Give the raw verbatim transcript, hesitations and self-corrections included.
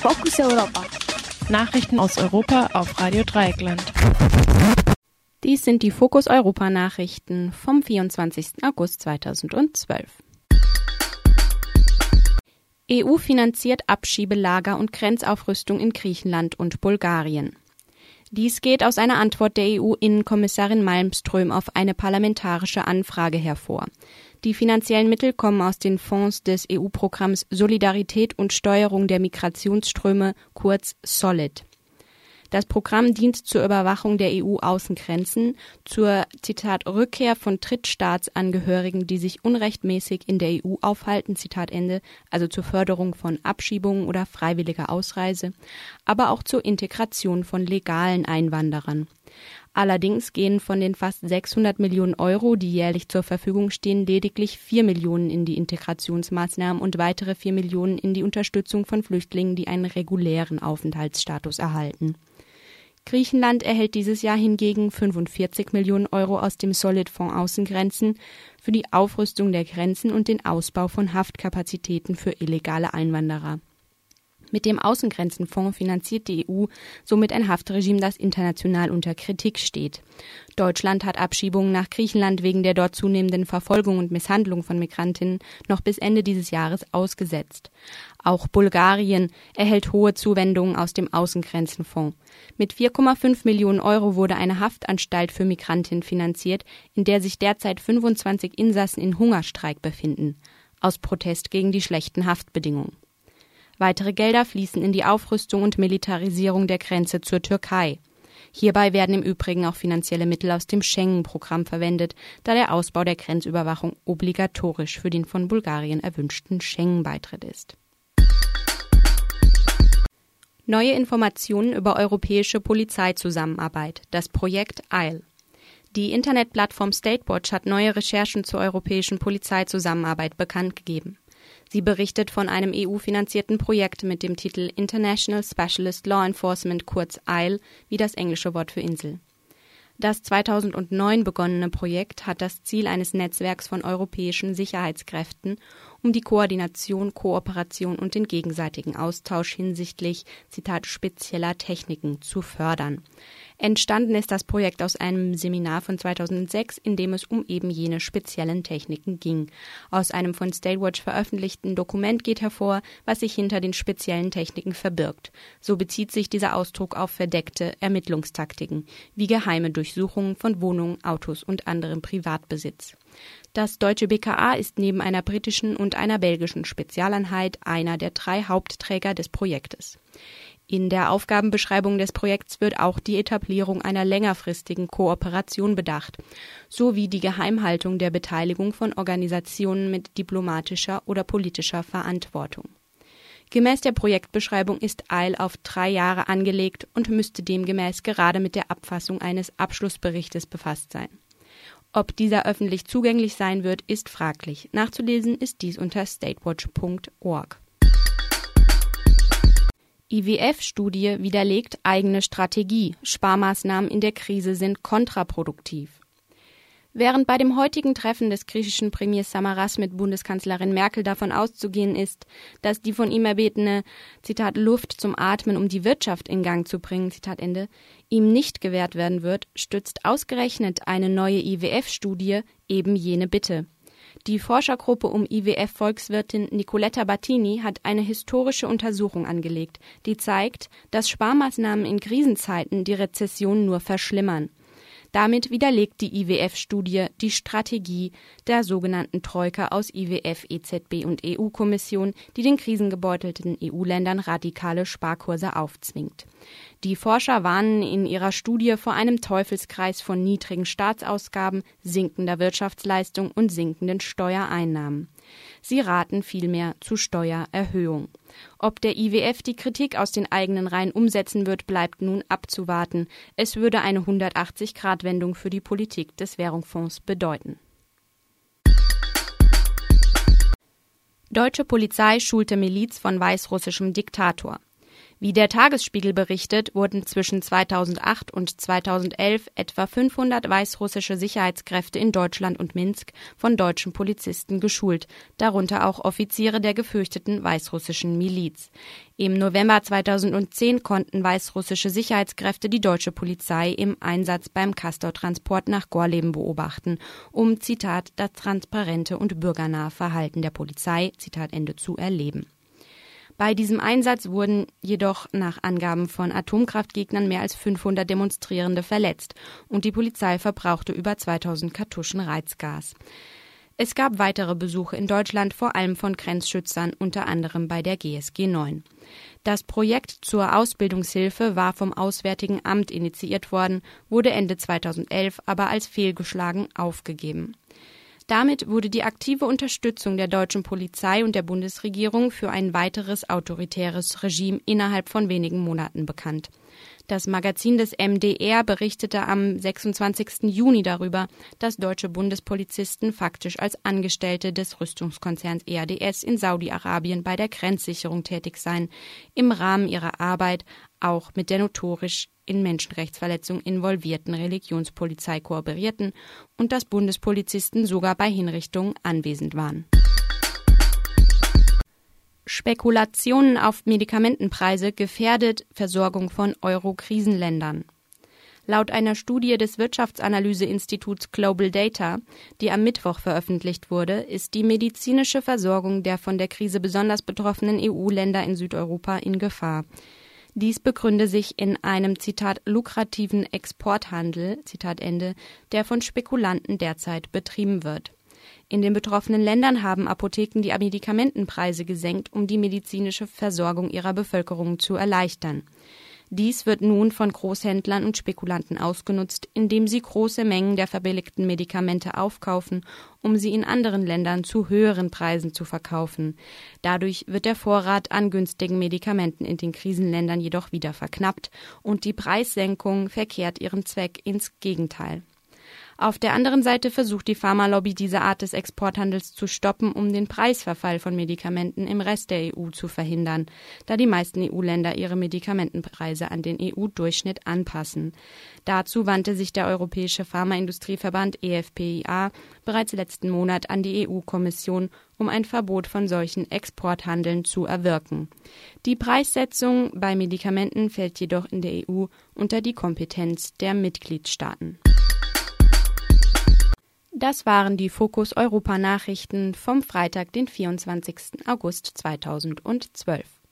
Fokus Europa. Nachrichten aus Europa auf Radio Dreieckland. Dies sind die Fokus Europa Nachrichten vom vierundzwanzigsten August zweitausendzwölf. E U finanziert Abschiebelager und Grenzaufrüstung in Griechenland und Bulgarien. Dies geht aus einer Antwort der E U-Innenkommissarin Malmström auf eine parlamentarische Anfrage hervor. Die finanziellen Mittel kommen aus den Fonds des E U-Programms Solidarität und Steuerung der Migrationsströme, kurz SOLID. Das Programm dient zur Überwachung der E U-Außengrenzen, zur, Zitat, Rückkehr von Drittstaatsangehörigen, die sich unrechtmäßig in der E U aufhalten, Zitat Ende, also zur Förderung von Abschiebungen oder freiwilliger Ausreise, aber auch zur Integration von legalen Einwanderern. Allerdings gehen von den fast sechshundert Millionen Euro, die jährlich zur Verfügung stehen, lediglich vier Millionen in die Integrationsmaßnahmen und weitere vier Millionen in die Unterstützung von Flüchtlingen, die einen regulären Aufenthaltsstatus erhalten. Griechenland erhält dieses Jahr hingegen fünfundvierzig Millionen Euro aus dem Solid-Fonds Außengrenzen für die Aufrüstung der Grenzen und den Ausbau von Haftkapazitäten für illegale Einwanderer. Mit dem Außengrenzenfonds finanziert die E U somit ein Haftregime, das international unter Kritik steht. Deutschland hat Abschiebungen nach Griechenland wegen der dort zunehmenden Verfolgung und Misshandlung von Migrantinnen noch bis Ende dieses Jahres ausgesetzt. Auch Bulgarien erhält hohe Zuwendungen aus dem Außengrenzenfonds. Mit vier Komma fünf Millionen Euro wurde eine Haftanstalt für Migrantinnen finanziert, in der sich derzeit fünfundzwanzig Insassen in Hungerstreik befinden, aus Protest gegen die schlechten Haftbedingungen. Weitere Gelder fließen in die Aufrüstung und Militarisierung der Grenze zur Türkei. Hierbei werden im Übrigen auch finanzielle Mittel aus dem Schengen-Programm verwendet, da der Ausbau der Grenzüberwachung obligatorisch für den von Bulgarien erwünschten Schengen-Beitritt ist. Neue Informationen über europäische Polizeizusammenarbeit, das Projekt E I L. Die Internetplattform Statewatch hat neue Recherchen zur europäischen Polizeizusammenarbeit bekannt gegeben. Sie berichtet von einem E U-finanzierten Projekt mit dem Titel International Specialist Law Enforcement, kurz E I L, wie das englische Wort für Insel. Das zweitausendneun begonnene Projekt hat das Ziel eines Netzwerks von europäischen Sicherheitskräften, um die Koordination, Kooperation und den gegenseitigen Austausch hinsichtlich, Zitat, spezieller Techniken zu fördern. Entstanden ist das Projekt aus einem Seminar von zweitausendsechs, in dem es um eben jene speziellen Techniken ging. Aus einem von Statewatch veröffentlichten Dokument geht hervor, was sich hinter den speziellen Techniken verbirgt. So bezieht sich dieser Ausdruck auf verdeckte Ermittlungstaktiken, wie geheime Durchsuchungen von Wohnungen, Autos und anderem Privatbesitz. Das deutsche B K A ist neben einer britischen und einer belgischen Spezialeinheit einer der drei Hauptträger des Projektes. In der Aufgabenbeschreibung des Projekts wird auch die Etablierung einer längerfristigen Kooperation bedacht, sowie die Geheimhaltung der Beteiligung von Organisationen mit diplomatischer oder politischer Verantwortung. Gemäß der Projektbeschreibung ist E I L auf drei Jahre angelegt und müsste demgemäß gerade mit der Abfassung eines Abschlussberichtes befasst sein. Ob dieser öffentlich zugänglich sein wird, ist fraglich. Nachzulesen ist dies unter statewatch punkt org. I W F-Studie widerlegt eigene Strategie. Sparmaßnahmen in der Krise sind kontraproduktiv. Während bei dem heutigen Treffen des griechischen Premiers Samaras mit Bundeskanzlerin Merkel davon auszugehen ist, dass die von ihm erbetene, Zitat, Luft zum Atmen, um die Wirtschaft in Gang zu bringen, Zitat Ende, ihm nicht gewährt werden wird, stützt ausgerechnet eine neue I W F-Studie eben jene Bitte. Die Forschergruppe um I W F-Volkswirtin Nicoletta Battini hat eine historische Untersuchung angelegt, die zeigt, dass Sparmaßnahmen in Krisenzeiten die Rezession nur verschlimmern. Damit widerlegt die I W F-Studie die Strategie der sogenannten Troika aus I W F, E Z B und E U-Kommission, die den krisengebeutelten E U-Ländern radikale Sparkurse aufzwingt. Die Forscher warnen in ihrer Studie vor einem Teufelskreis von niedrigen Staatsausgaben, sinkender Wirtschaftsleistung und sinkenden Steuereinnahmen. Sie raten vielmehr zu Steuererhöhung. Ob der I W F die Kritik aus den eigenen Reihen umsetzen wird, bleibt nun abzuwarten. Es würde eine hundertachtzig-Grad-Wendung für die Politik des Währungsfonds bedeuten. Deutsche Polizei schulte Miliz von weißrussischem Diktator. Wie der Tagesspiegel berichtet, wurden zwischen zweitausendacht und zweitausendelf etwa fünfhundert weißrussische Sicherheitskräfte in Deutschland und Minsk von deutschen Polizisten geschult, darunter auch Offiziere der gefürchteten weißrussischen Miliz. Im November zweitausendzehn konnten weißrussische Sicherheitskräfte die deutsche Polizei im Einsatz beim Castor-Transport nach Gorleben beobachten, um, Zitat, das transparente und bürgernahe Verhalten der Polizei, Zitat Ende, zu erleben. Bei diesem Einsatz wurden jedoch nach Angaben von Atomkraftgegnern mehr als fünfhundert Demonstrierende verletzt und die Polizei verbrauchte über zweitausend Kartuschen Reizgas. Es gab weitere Besuche in Deutschland, vor allem von Grenzschützern, unter anderem bei der G S G neun. Das Projekt zur Ausbildungshilfe war vom Auswärtigen Amt initiiert worden, wurde Ende zweitausendelf aber als fehlgeschlagen aufgegeben. Damit wurde die aktive Unterstützung der deutschen Polizei und der Bundesregierung für ein weiteres autoritäres Regime innerhalb von wenigen Monaten bekannt. Das Magazin des M D R berichtete am sechsundzwanzigsten Juni darüber, dass deutsche Bundespolizisten faktisch als Angestellte des Rüstungskonzerns E A D S in Saudi-Arabien bei der Grenzsicherung tätig seien, im Rahmen ihrer Arbeit auch mit der notorisch in Menschenrechtsverletzungen involvierten Religionspolizei kooperierten und dass Bundespolizisten sogar bei Hinrichtungen anwesend waren. Spekulationen auf Medikamentenpreise gefährdet Versorgung von Euro-Krisenländern. Laut einer Studie des Wirtschaftsanalyse-Instituts Global Data, die am Mittwoch veröffentlicht wurde, ist die medizinische Versorgung der von der Krise besonders betroffenen E U-Länder in Südeuropa in Gefahr. Dies begründe sich in einem, Zitat, lukrativen Exporthandel, Zitat Ende, der von Spekulanten derzeit betrieben wird. In den betroffenen Ländern haben Apotheken die Medikamentenpreise gesenkt, um die medizinische Versorgung ihrer Bevölkerung zu erleichtern. Dies wird nun von Großhändlern und Spekulanten ausgenutzt, indem sie große Mengen der verbilligten Medikamente aufkaufen, um sie in anderen Ländern zu höheren Preisen zu verkaufen. Dadurch wird der Vorrat an günstigen Medikamenten in den Krisenländern jedoch wieder verknappt und die Preissenkung verkehrt ihren Zweck ins Gegenteil. Auf der anderen Seite versucht die Pharmalobby, diese Art des Exporthandels zu stoppen, um den Preisverfall von Medikamenten im Rest der E U zu verhindern, da die meisten E U-Länder ihre Medikamentenpreise an den E U-Durchschnitt anpassen. Dazu wandte sich der Europäische Pharmaindustrieverband E F P I A bereits letzten Monat an die E U-Kommission, um ein Verbot von solchen Exporthandeln zu erwirken. Die Preissetzung bei Medikamenten fällt jedoch in der E U unter die Kompetenz der Mitgliedstaaten. Das waren die Fokus Europa Nachrichten vom Freitag, den vierundzwanzigsten August zweitausendzwölf.